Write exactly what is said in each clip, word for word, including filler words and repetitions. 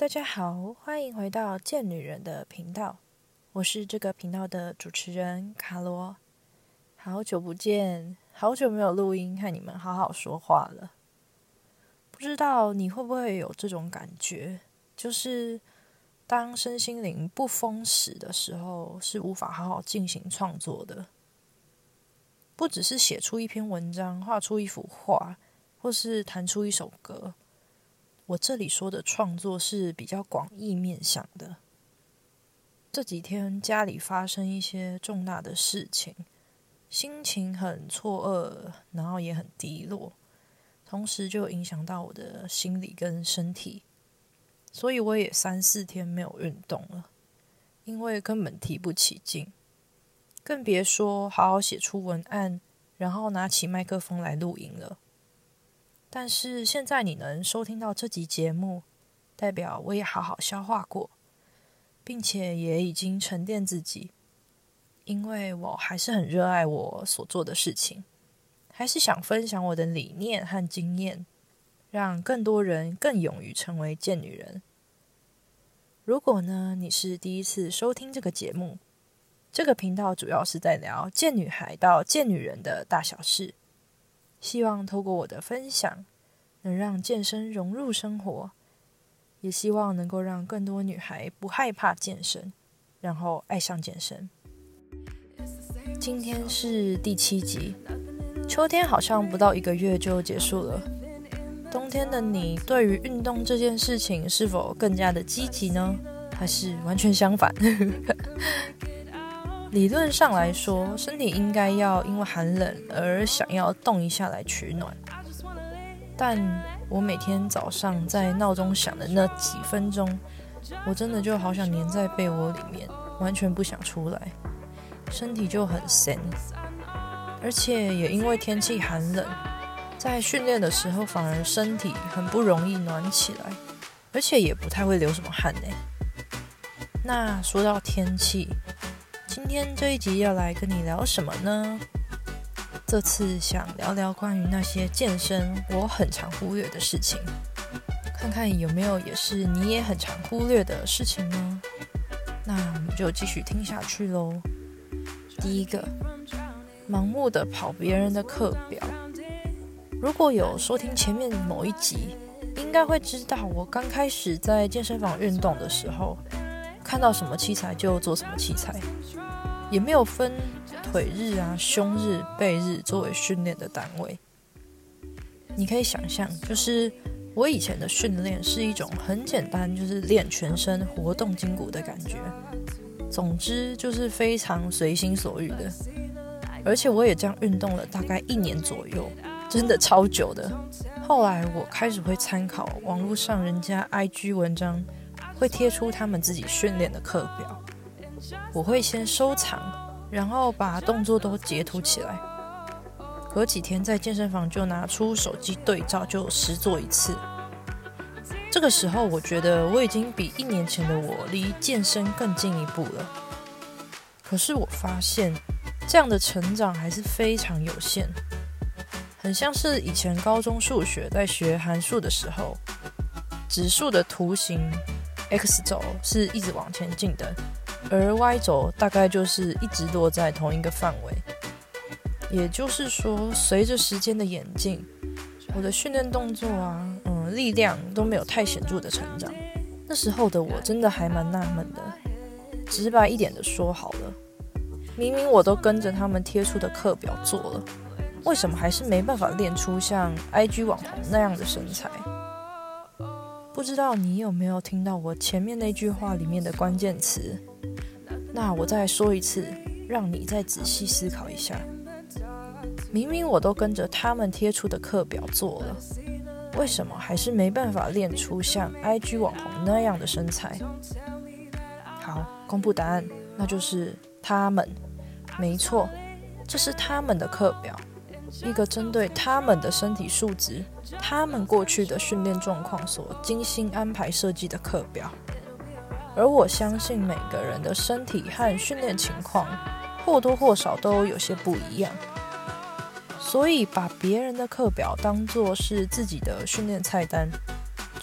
大家好，欢迎回到贱女人的频道，我是这个频道的主持人卡罗。好久不见，好久没有录音和你们好好说话了。不知道你会不会有这种感觉，就是当身心灵不丰实的时候，是无法好好进行创作的。不只是写出一篇文章，画出一幅画，或是弹出一首歌。我这里说的创作是比较广义面向的。这几天家里发生一些重大的事情，心情很错愕，然后也很低落，同时就影响到我的心理跟身体，所以我也三四天没有运动了，因为根本提不起劲，更别说好好写出文案，然后拿起麦克风来录音了。但是现在你能收听到这集节目，代表我也好好消化过，并且也已经沉淀自己，因为我还是很热爱我所做的事情，还是想分享我的理念和经验，让更多人更勇于成为贱女人。如果呢，你是第一次收听这个节目，这个频道主要是在聊贱女孩到贱女人的大小事，希望透过我的分享，能让健身融入生活，也希望能够让更多女孩不害怕健身，然后爱上健身。今天是第七集，秋天好像不到一个月就结束了。冬天的你对于运动这件事情是否更加的积极呢？还是完全相反？理论上来说，身体应该要因为寒冷而想要动一下来取暖，但我每天早上在闹钟响的那几分钟，我真的就好想黏在被窝里面，完全不想出来，身体就很闲。而且也因为天气寒冷，在训练的时候反而身体很不容易暖起来，而且也不太会流什么汗耶。那说到天气，今天这一集要来跟你聊什么呢？这次想聊聊关于那些健身我很常忽略的事情，看看有没有也是你也很常忽略的事情呢？那我们就继续听下去咯。第一个，盲目的跑别人的课表。如果有收听前面某一集，应该会知道我刚开始在健身房运动的时候，看到什么器材就做什么器材，也没有分腿日啊、胸日、背日作为训练的单位。你可以想象，就是我以前的训练是一种很简单，就是练全身、活动筋骨的感觉。总之就是非常随心所欲的，而且我也这样运动了大概一年左右，真的超久的。后来我开始会参考网络上人家 I G 文章，会贴出他们自己训练的课表，我会先收藏，然后把动作都截图起来，隔几天在健身房就拿出手机对照，就实做一次。这个时候我觉得我已经比一年前的我离健身更进一步了，可是我发现这样的成长还是非常有限，很像是以前高中数学在学函数的时候，指数的图形 X 轴是一直往前进的，而 Y 轴大概就是一直落在同一个范围。也就是说，随着时间的演进，我的训练动作啊，嗯，力量都没有太显著的成长。那时候的我真的还蛮纳闷的，直白一点的说好了，明明我都跟着他们贴出的课表做了，为什么还是没办法练出像 I G 网红那样的身材？不知道你有没有听到我前面那句话里面的关键词？那我再说一次，让你再仔细思考一下。明明我都跟着他们贴出的课表做了，为什么还是没办法练出像 I G 网红那样的身材？好，公布答案，那就是他们。没错，这是他们的课表，一个针对他们的身体素质、他们过去的训练状况所精心安排设计的课表。而我相信每个人的身体和训练情况或多或少都有些不一样，所以把别人的课表当作是自己的训练菜单，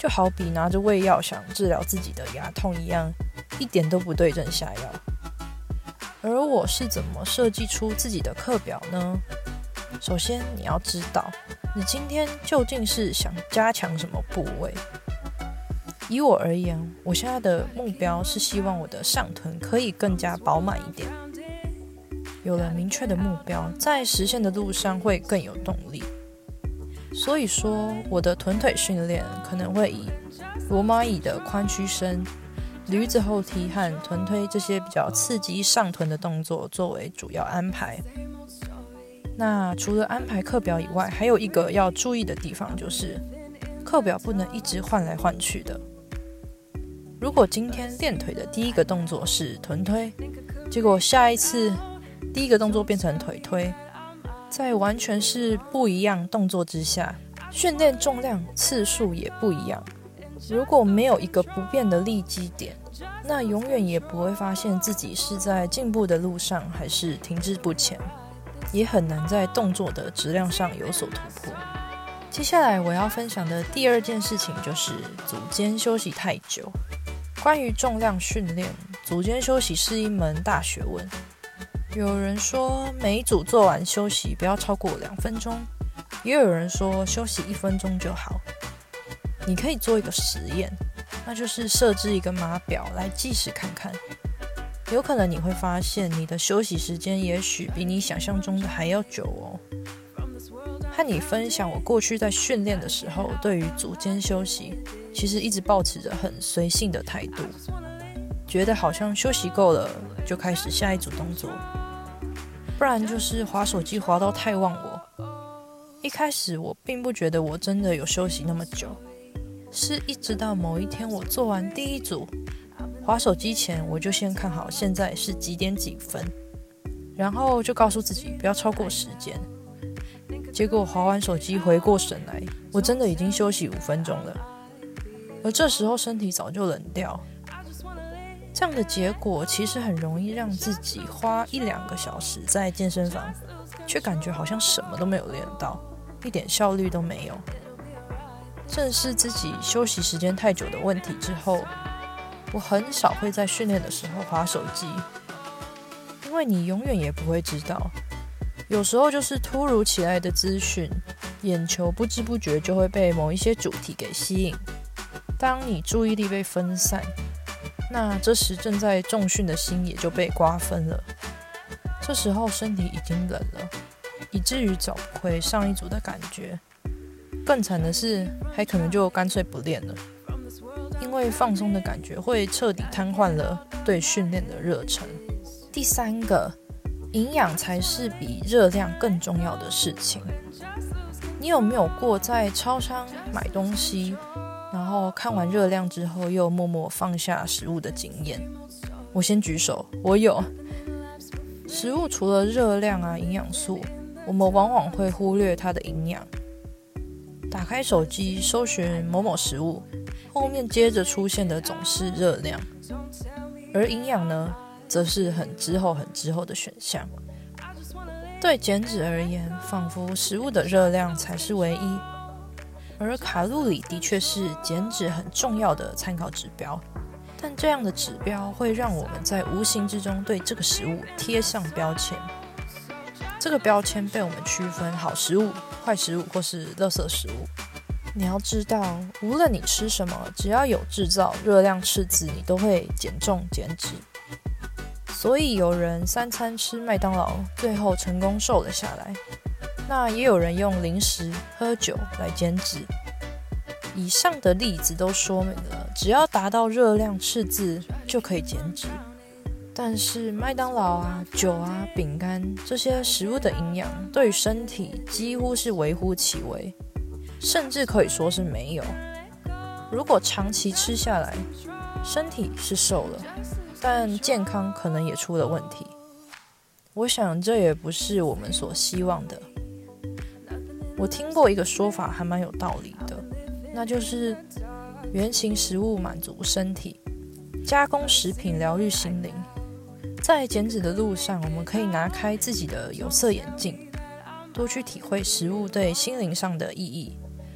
就好比拿着胃药想治疗自己的牙痛一样，一点都不对症下药。而我是怎么设计出自己的课表呢？首先你要知道，你今天究竟是想加强什么部位。以我而言，我现在的目标是希望我的上臀可以更加饱满一点。有了明确的目标，在实现的路上会更有动力。所以说，我的臀腿训练可能会以罗马椅的髋屈伸、驴子后踢和臀推这些比较刺激上臀的动作作为主要安排。那除了安排课表以外，还有一个要注意的地方，就是课表不能一直换来换去的。如果今天练腿的第一个动作是臀推，结果下一次第一个动作变成腿推，在完全是不一样动作之下，训练重量次数也不一样。如果没有一个不变的立基点，那永远也不会发现自己是在进步的路上还是停滞不前，也很难在动作的质量上有所突破。接下来我要分享的第二件事情就是组间休息太久。关于重量训练，组间休息是一门大学问。有人说每一组做完休息不要超过两分钟，也有人说休息一分钟就好。你可以做一个实验，那就是设置一个码表来计时看看。有可能你会发现你的休息时间也许比你想象中的还要久哦。和你分享我过去在训练的时候，对于组间休息其实一直抱持着很随性的态度，觉得好像休息够了就开始下一组动作，不然就是滑手机滑到太忘我。一开始我并不觉得我真的有休息那么久，是一直到某一天我做完第一组滑手机前，我就先看好现在是几点几分，然后就告诉自己不要超过时间。结果滑完手机回过神来，我真的已经休息五分钟了，而这时候身体早就冷掉。这样的结果其实很容易让自己花一两个小时在健身房，却感觉好像什么都没有练到，一点效率都没有。正视自己休息时间太久的问题之后，我很少会在训练的时候滑手机，因为你永远也不会知道，有时候就是突如其来的资讯，眼球不知不觉就会被某一些主题给吸引。当你注意力被分散，那这时正在重训的心也就被瓜分了。这时候身体已经冷了，以至于找不回上一组的感觉。更惨的是，还可能就干脆不练了，因为放松的感觉会彻底瘫痪了对训练的热忱。第三个，营养才是比热量更重要的事情。你有没有过在超商买东西，然后看完热量之后又默默放下食物的经验？我先举手，我有。食物除了热量啊、营养素，我们往往会忽略它的营养。打开手机搜寻某某食物，后面接着出现的总是热量，而营养呢，则是很之后很之后的选项。对减脂而言，仿佛食物的热量才是唯一，而卡路里的确是减脂很重要的参考指标，但这样的指标会让我们在无形之中对这个食物贴上标签。这个标签被我们区分好食物、坏食物或是垃圾食物。你要知道，无论你吃什么，只要有制造热量赤字，你都会减重减脂。所以有人三餐吃麦当劳，最后成功瘦了下来。那也有人用零食、喝酒来减脂。以上的例子都说明了，只要达到热量赤字就可以减脂。但是麦当劳啊、酒啊、饼干这些食物的营养对于身体几乎是微乎其微，甚至可以说是没有。如果长期吃下来，身体是瘦了，但健康可能也出了问题。我想这也不是我们所希望的。我听过一个说法还蛮有道理的，那就是原型食物满足身体，加工食品疗愈心灵。在减脂的路上，我们可以拿开自己的有色眼镜，多去体会食物对心灵上的意义。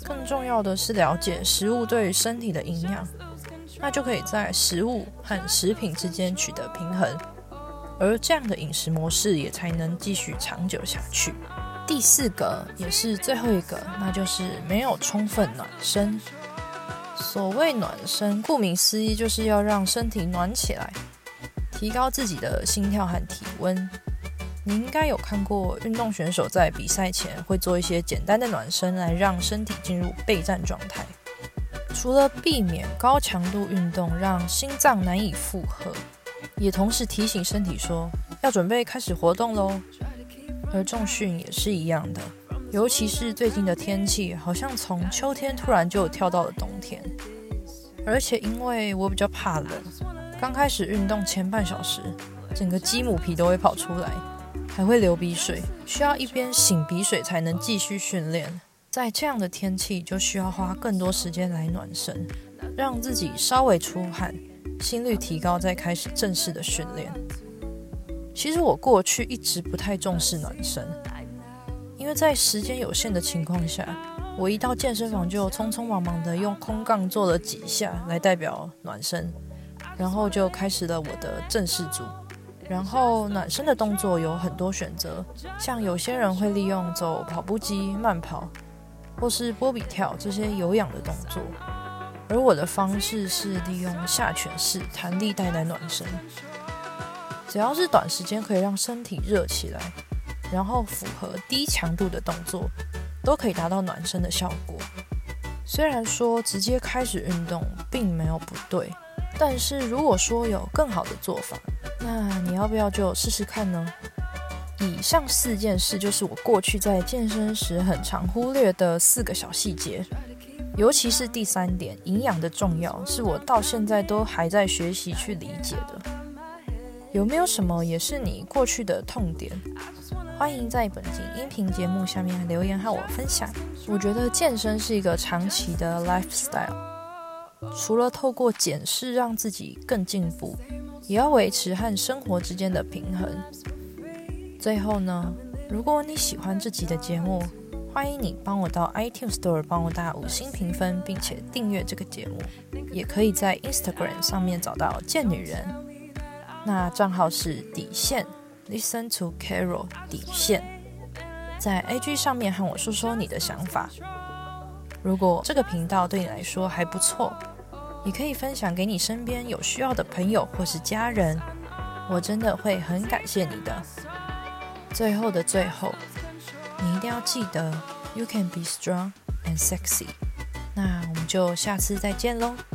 更重要的是了解食物对于身体的营养，那就可以在食物和食品之间取得平衡，而这样的饮食模式也才能继续长久下去。第四个也是最后一个，那就是没有充分暖身。所谓暖身，顾名思义就是要让身体暖起来，提高自己的心跳和体温。你应该有看过运动选手在比赛前会做一些简单的暖身，来让身体进入备战状态。除了避免高强度运动让心脏难以负荷，也同时提醒身体说要准备开始活动咯。而重训也是一样的，尤其是最近的天气好像从秋天突然就跳到了冬天，而且因为我比较怕冷，刚开始运动前半小时整个鸡母皮都会跑出来，还会流鼻水，需要一边擤鼻水才能继续训练。在这样的天气就需要花更多时间来暖身，让自己稍微出汗，心率提高，再开始正式的训练。其实我过去一直不太重视暖身，因为在时间有限的情况下，我一到健身房就匆匆忙忙的用空杠做了几下来代表暖身，然后就开始了我的正式组。然后暖身的动作有很多选择，像有些人会利用走跑步机、慢跑或是波比跳这些有氧的动作，而我的方式是利用下犬式弹力带来暖身。只要是短时间可以让身体热起来，然后符合低强度的动作，都可以达到暖身的效果。虽然说直接开始运动并没有不对，但是如果说有更好的做法，那你要不要就试试看呢？以上四件事就是我过去在健身时很常忽略的四个小细节，尤其是第三点，营养的重要，是我到现在都还在学习去理解的。有没有什么也是你过去的痛点？欢迎在本集音频节目下面留言和我分享。我觉得健身是一个长期的 lifestyle， 除了透过检视让自己更进步，也要维持和生活之间的平衡。最后呢，如果你喜欢这集的节目，欢迎你帮我到 iTunes Store 帮我打五星评分，并且订阅这个节目。也可以在 Instagram 上面找到健女人，那账号是底线 Listen to Carol 底线，在 I G 上面和我说说你的想法。如果这个频道对你来说还不错，也可以分享给你身边有需要的朋友或是家人，我真的会很感谢你的。最后的最后，你一定要记得 You can be strong and sexy。那我们就下次再见咯。